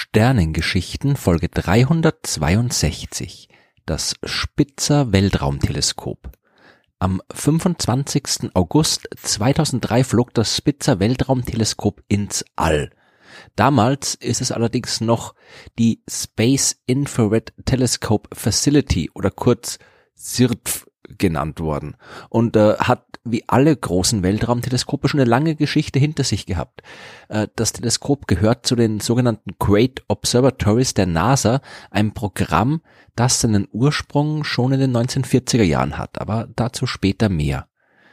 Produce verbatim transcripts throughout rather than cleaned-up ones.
Sternengeschichten Folge dreihundertzweiundsechzig. Das Spitzer Weltraumteleskop. Am fünfundzwanzigsten August zweitausenddrei flog das Spitzer Weltraumteleskop ins All. Damals ist es allerdings noch die Space Infrared Telescope Facility oder kurz S I R T F genannt worden und äh, hat wie alle großen Weltraumteleskope schon eine lange Geschichte hinter sich gehabt. Äh, das Teleskop gehört zu den sogenannten Great Observatories der NASA, einem Programm, das seinen Ursprung schon in den neunzehnhundertvierziger Jahren hat, aber dazu später mehr.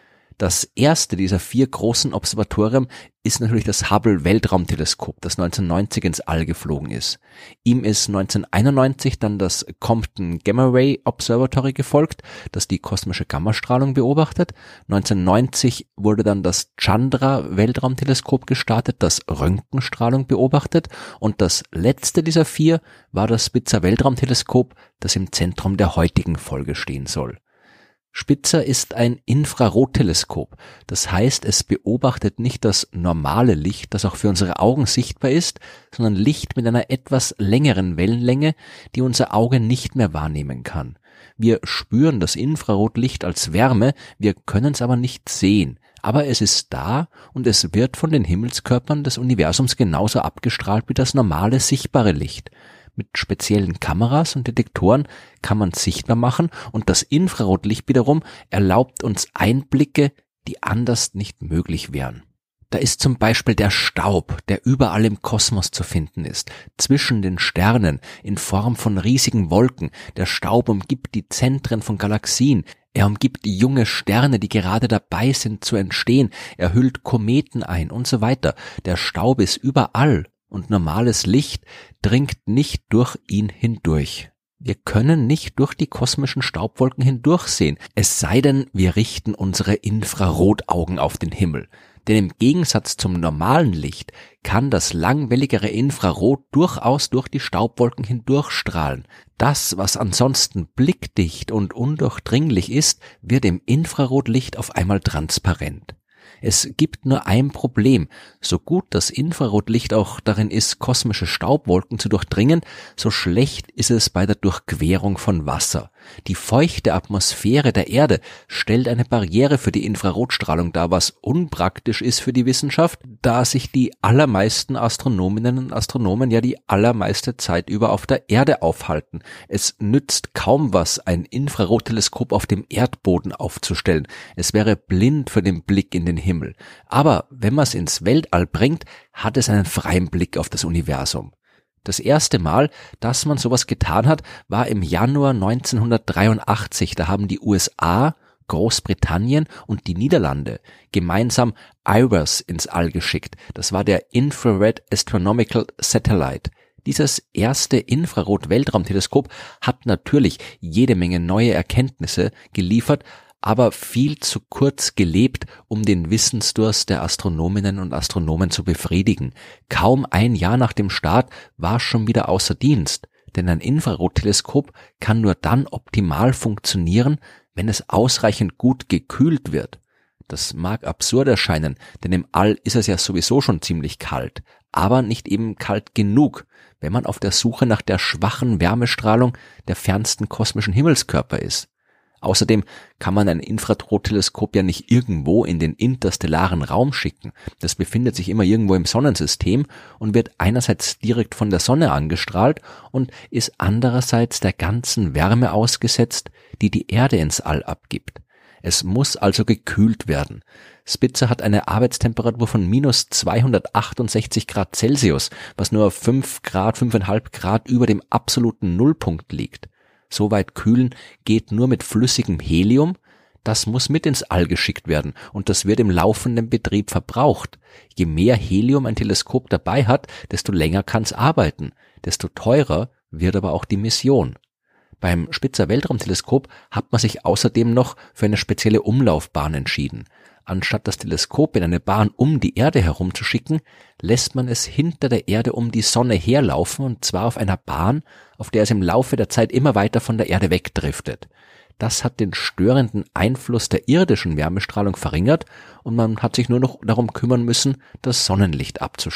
Das erste dieser vier großen Observatorien ist natürlich das Hubble Weltraumteleskop, das neunzehnhundertneunzig ins All geflogen ist. Ihm ist neunzehnhunderteinundneunzig dann das Compton Gamma Ray Observatory gefolgt, das die kosmische Gammastrahlung beobachtet. neunzehnhundertneunzig wurde dann das Chandra Weltraumteleskop gestartet, das Röntgenstrahlung beobachtet. Und das letzte dieser vier war das Spitzer Weltraumteleskop, das im Zentrum der heutigen Folge stehen soll. Spitzer ist ein Infrarotteleskop, das heißt, es beobachtet nicht das normale Licht, das auch für unsere Augen sichtbar ist, sondern Licht mit einer etwas längeren Wellenlänge, die unser Auge nicht mehr wahrnehmen kann. Wir spüren das Infrarotlicht als Wärme, wir können es aber nicht sehen, aber es ist da und es wird von den Himmelskörpern des Universums genauso abgestrahlt wie das normale sichtbare Licht. Mit speziellen Kameras und Detektoren kann man sichtbar machen und das Infrarotlicht wiederum erlaubt uns Einblicke, die anders nicht möglich wären. Da ist zum Beispiel der Staub, der überall im Kosmos zu finden ist, zwischen den Sternen in Form von riesigen Wolken. Der Staub umgibt die Zentren von Galaxien. Er umgibt die junge Sterne, die gerade dabei sind zu entstehen. Er hüllt Kometen ein und so weiter. Der Staub ist überall. Und normales Licht dringt nicht durch ihn hindurch. Wir können nicht durch die kosmischen Staubwolken hindurchsehen, es sei denn, wir richten unsere Infrarotaugen auf den Himmel. Denn im Gegensatz zum normalen Licht kann das langwelligere Infrarot durchaus durch die Staubwolken hindurchstrahlen. Das, was ansonsten blickdicht und undurchdringlich ist, wird im Infrarotlicht auf einmal transparent. Es gibt nur ein Problem. So gut das Infrarotlicht auch darin ist, kosmische Staubwolken zu durchdringen, so schlecht ist es bei der Durchquerung von Wasser. Die feuchte Atmosphäre der Erde stellt eine Barriere für die Infrarotstrahlung dar, was unpraktisch ist für die Wissenschaft, da sich die allermeisten Astronominnen und Astronomen ja die allermeiste Zeit über auf der Erde aufhalten. Es nützt kaum was, ein Infrarotteleskop auf dem Erdboden aufzustellen. Es wäre blind für den Blick in den Himmel. Aber wenn man es ins Weltall bringt, hat es einen freien Blick auf das Universum. Das erste Mal, dass man sowas getan hat, war im Januar neunzehnhundertdreiundachtzig. Da haben die U S A, Großbritannien und die Niederlande gemeinsam IRAS ins All geschickt. Das war der Infrared Astronomical Satellite. Dieses erste Infrarot-Weltraumteleskop hat natürlich jede Menge neue Erkenntnisse geliefert, aber viel zu kurz gelebt, um den Wissensdurst der Astronominnen und Astronomen zu befriedigen. Kaum ein Jahr nach dem Start war es schon wieder außer Dienst, denn ein Infrarotteleskop kann nur dann optimal funktionieren, wenn es ausreichend gut gekühlt wird. Das mag absurd erscheinen, denn im All ist es ja sowieso schon ziemlich kalt, aber nicht eben kalt genug, wenn man auf der Suche nach der schwachen Wärmestrahlung der fernsten kosmischen Himmelskörper ist. Außerdem kann man ein Infrarotteleskop ja nicht irgendwo in den interstellaren Raum schicken. Das befindet sich immer irgendwo im Sonnensystem und wird einerseits direkt von der Sonne angestrahlt und ist andererseits der ganzen Wärme ausgesetzt, die die Erde ins All abgibt. Es muss also gekühlt werden. Spitzer hat eine Arbeitstemperatur von minus zweihundertachtundsechzig Grad Celsius, was nur fünf Grad, fünfeinhalb Grad über dem absoluten Nullpunkt liegt. So weit kühlen geht nur mit flüssigem Helium, das muss mit ins All geschickt werden und das wird im laufenden Betrieb verbraucht. Je mehr Helium ein Teleskop dabei hat, desto länger kann es arbeiten, desto teurer wird aber auch die Mission. Beim Spitzer Weltraumteleskop hat man sich außerdem noch für eine spezielle Umlaufbahn entschieden. Anstatt das Teleskop in eine Bahn um die Erde herumzuschicken, lässt man es hinter der Erde um die Sonne herlaufen und zwar auf einer Bahn, auf der es im Laufe der Zeit immer weiter von der Erde wegdriftet. Das hat den störenden Einfluss der irdischen Wärmestrahlung verringert und man hat sich nur noch darum kümmern müssen, das Sonnenlicht abzuschirmen.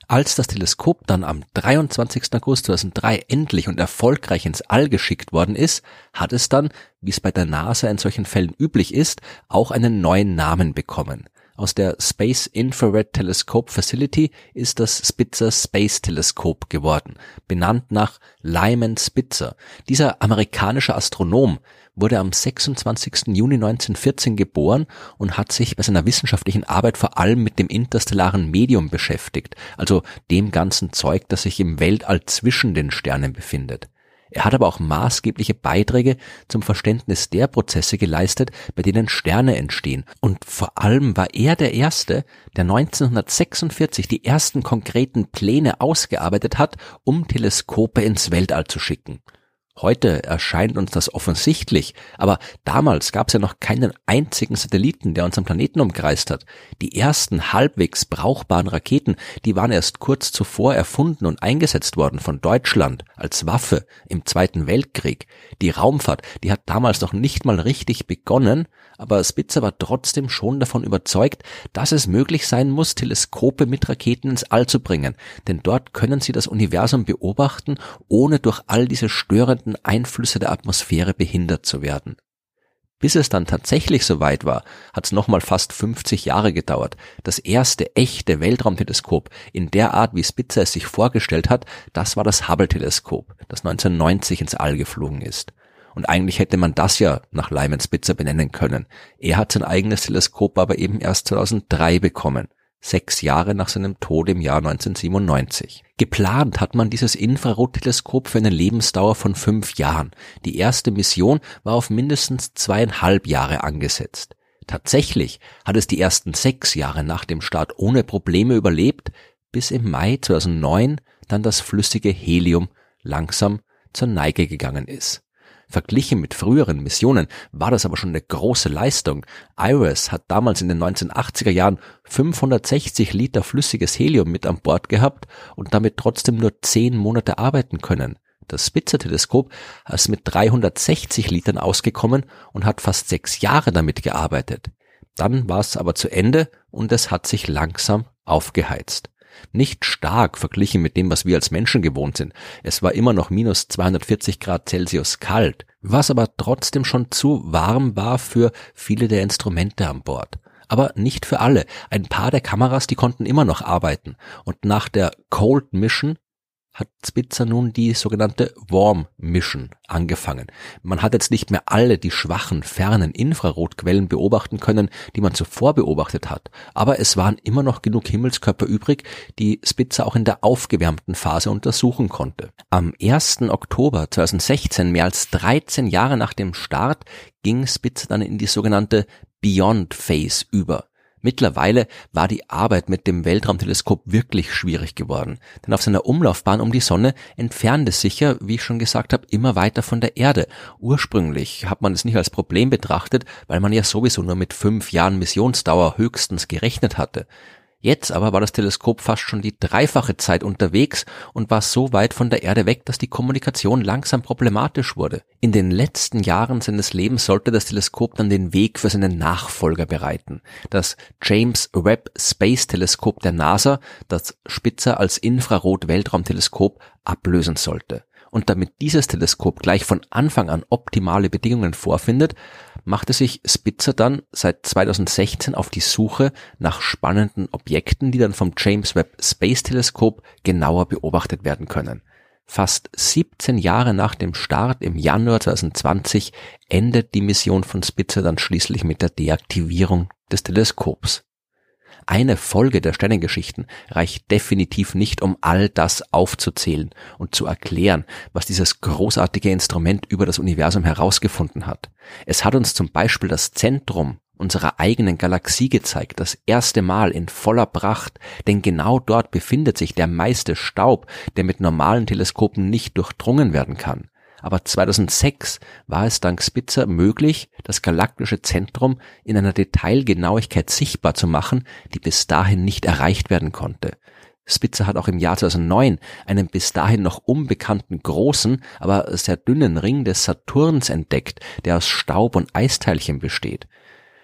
Als das Teleskop dann am dreiundzwanzigsten August zweitausenddrei endlich und erfolgreich ins All geschickt worden ist, hat es dann, wie es bei der NASA in solchen Fällen üblich ist, auch einen neuen Namen bekommen. Aus der Space Infrared Telescope Facility ist das Spitzer Space Telescope geworden, benannt nach Lyman Spitzer. Dieser amerikanische Astronom wurde am sechsundzwanzigsten Juni neunzehnhundertvierzehn geboren und hat sich bei seiner wissenschaftlichen Arbeit vor allem mit dem interstellaren Medium beschäftigt, also dem ganzen Zeug, das sich im Weltall zwischen den Sternen befindet. Er hat aber auch maßgebliche Beiträge zum Verständnis der Prozesse geleistet, bei denen Sterne entstehen. Und vor allem war er der Erste, der neunzehnhundertsechsundvierzig die ersten konkreten Pläne ausgearbeitet hat, um Teleskope ins Weltall zu schicken. Heute erscheint uns das offensichtlich, aber damals gab es ja noch keinen einzigen Satelliten, der unseren Planeten umkreist hat. Die ersten halbwegs brauchbaren Raketen, die waren erst kurz zuvor erfunden und eingesetzt worden von Deutschland als Waffe im Zweiten Weltkrieg. Die Raumfahrt, die hat damals noch nicht mal richtig begonnen, aber Spitzer war trotzdem schon davon überzeugt, dass es möglich sein muss, Teleskope mit Raketen ins All zu bringen, denn dort können sie das Universum beobachten, ohne durch all diese störenden Einflüsse der Atmosphäre behindert zu werden. Bis es dann tatsächlich soweit war, hat es nochmal fast fünfzig Jahre gedauert. Das erste echte Weltraumteleskop in der Art, wie Spitzer es sich vorgestellt hat, das war das Hubble-Teleskop, das neunzehnhundertneunzig ins All geflogen ist. Und eigentlich hätte man das ja nach Lyman Spitzer benennen können. Er hat sein eigenes Teleskop aber eben erst zweitausenddrei bekommen, sechs Jahre nach seinem Tod im Jahr neunzehnhundertsiebenundneunzig. Geplant hat man dieses Infrarotteleskop für eine Lebensdauer von fünf Jahren. Die erste Mission war auf mindestens zweieinhalb Jahre angesetzt. Tatsächlich hat es die ersten sechs Jahre nach dem Start ohne Probleme überlebt, bis im Mai zweitausendneun dann das flüssige Helium langsam zur Neige gegangen ist. Verglichen mit früheren Missionen war das aber schon eine große Leistung. IRIS hat damals in den neunzehnhundertachtziger Jahren fünfhundertsechzig Liter flüssiges Helium mit an Bord gehabt und damit trotzdem nur zehn Monate arbeiten können. Das Spitzer-Teleskop ist mit dreihundertsechzig Litern ausgekommen und hat fast sechs Jahre damit gearbeitet. Dann war es aber zu Ende und es hat sich langsam aufgeheizt. Nicht stark verglichen mit dem, was wir als Menschen gewohnt sind. Es war immer noch minus zweihundertvierzig Grad Celsius kalt, was aber trotzdem schon zu warm war für viele der Instrumente an Bord. Aber nicht für alle. Ein paar der Kameras, die konnten immer noch arbeiten. Und nach der Cold Mission hat Spitzer nun die sogenannte Warm Mission angefangen. Man hat jetzt nicht mehr alle die schwachen, fernen Infrarotquellen beobachten können, die man zuvor beobachtet hat, aber es waren immer noch genug Himmelskörper übrig, die Spitzer auch in der aufgewärmten Phase untersuchen konnte. Am ersten Oktober zweitausendsechzehn, mehr als dreizehn Jahre nach dem Start, ging Spitzer dann in die sogenannte Beyond Phase über. Mittlerweile war die Arbeit mit dem Weltraumteleskop wirklich schwierig geworden, denn auf seiner Umlaufbahn um die Sonne entfernt es sich ja, wie ich schon gesagt habe, immer weiter von der Erde. Ursprünglich hat man es nicht als Problem betrachtet, weil man ja sowieso nur mit fünf Jahren Missionsdauer höchstens gerechnet hatte. Jetzt aber war das Teleskop fast schon die dreifache Zeit unterwegs und war so weit von der Erde weg, dass die Kommunikation langsam problematisch wurde. In den letzten Jahren seines Lebens sollte das Teleskop dann den Weg für seinen Nachfolger bereiten. Das James Webb Space Teleskop der NASA, das Spitzer als Infrarot-Weltraumteleskop ablösen sollte. Und damit dieses Teleskop gleich von Anfang an optimale Bedingungen vorfindet, machte sich Spitzer dann seit zweitausendsechzehn auf die Suche nach spannenden Objekten, die dann vom James Webb Space Teleskop genauer beobachtet werden können. Fast siebzehn Jahre nach dem Start im Januar zweitausendzwanzig endet die Mission von Spitzer dann schließlich mit der Deaktivierung des Teleskops. Eine Folge der Sternengeschichten reicht definitiv nicht, um all das aufzuzählen und zu erklären, was dieses großartige Instrument über das Universum herausgefunden hat. Es hat uns zum Beispiel das Zentrum unserer eigenen Galaxie gezeigt, das erste Mal in voller Pracht, denn genau dort befindet sich der meiste Staub, der mit normalen Teleskopen nicht durchdrungen werden kann. Aber zweitausendsechs war es dank Spitzer möglich, das galaktische Zentrum in einer Detailgenauigkeit sichtbar zu machen, die bis dahin nicht erreicht werden konnte. Spitzer hat auch im Jahr zweitausendneun einen bis dahin noch unbekannten großen, aber sehr dünnen Ring des Saturns entdeckt, der aus Staub und Eisteilchen besteht.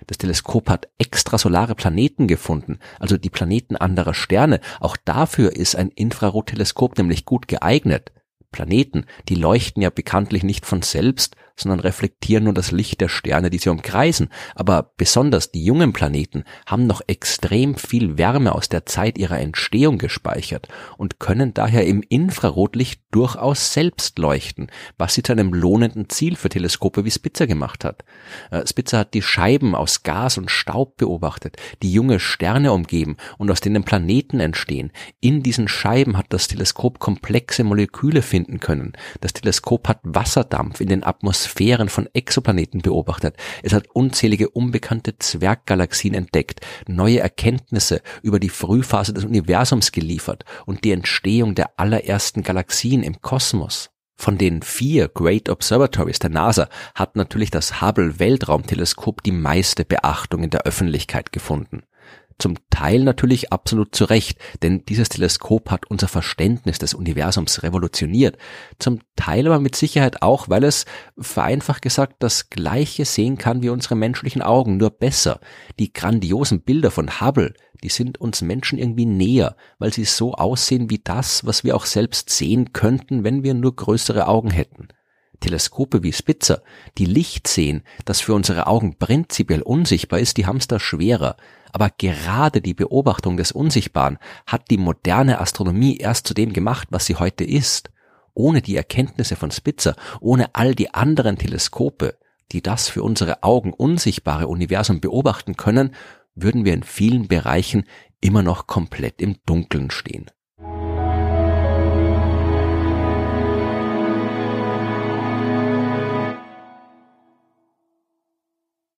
Das Teleskop hat extrasolare Planeten gefunden, also die Planeten anderer Sterne. Auch dafür ist ein Infrarotteleskop nämlich gut geeignet. Planeten, die leuchten ja bekanntlich nicht von selbst, sondern reflektieren nur das Licht der Sterne, die sie umkreisen. Aber besonders die jungen Planeten haben noch extrem viel Wärme aus der Zeit ihrer Entstehung gespeichert und können daher im Infrarotlicht durchaus selbst leuchten, was sie zu einem lohnenden Ziel für Teleskope wie Spitzer gemacht hat. Spitzer hat die Scheiben aus Gas und Staub beobachtet, die junge Sterne umgeben und aus denen Planeten entstehen. In diesen Scheiben hat das Teleskop komplexe Moleküle finden können. Das Teleskop hat Wasserdampf in den Atmosphären von Exoplaneten beobachtet. Es hat unzählige unbekannte Zwerggalaxien entdeckt, neue Erkenntnisse über die Frühphase des Universums geliefert und die Entstehung der allerersten Galaxien im Kosmos. Von den vier Great Observatories der NASA hat natürlich das Hubble-Weltraumteleskop die meiste Beachtung in der Öffentlichkeit gefunden. Zum Teil natürlich absolut zu Recht, denn dieses Teleskop hat unser Verständnis des Universums revolutioniert. Zum Teil aber mit Sicherheit auch, weil es, vereinfacht gesagt, das Gleiche sehen kann wie unsere menschlichen Augen, nur besser. Die grandiosen Bilder von Hubble, die sind uns Menschen irgendwie näher, weil sie so aussehen wie das, was wir auch selbst sehen könnten, wenn wir nur größere Augen hätten. Teleskope wie Spitzer, die Licht sehen, das für unsere Augen prinzipiell unsichtbar ist, die haben es da schwerer. Aber gerade die Beobachtung des Unsichtbaren hat die moderne Astronomie erst zu dem gemacht, was sie heute ist. Ohne die Erkenntnisse von Spitzer, ohne all die anderen Teleskope, die das für unsere Augen unsichtbare Universum beobachten können, würden wir in vielen Bereichen immer noch komplett im Dunkeln stehen.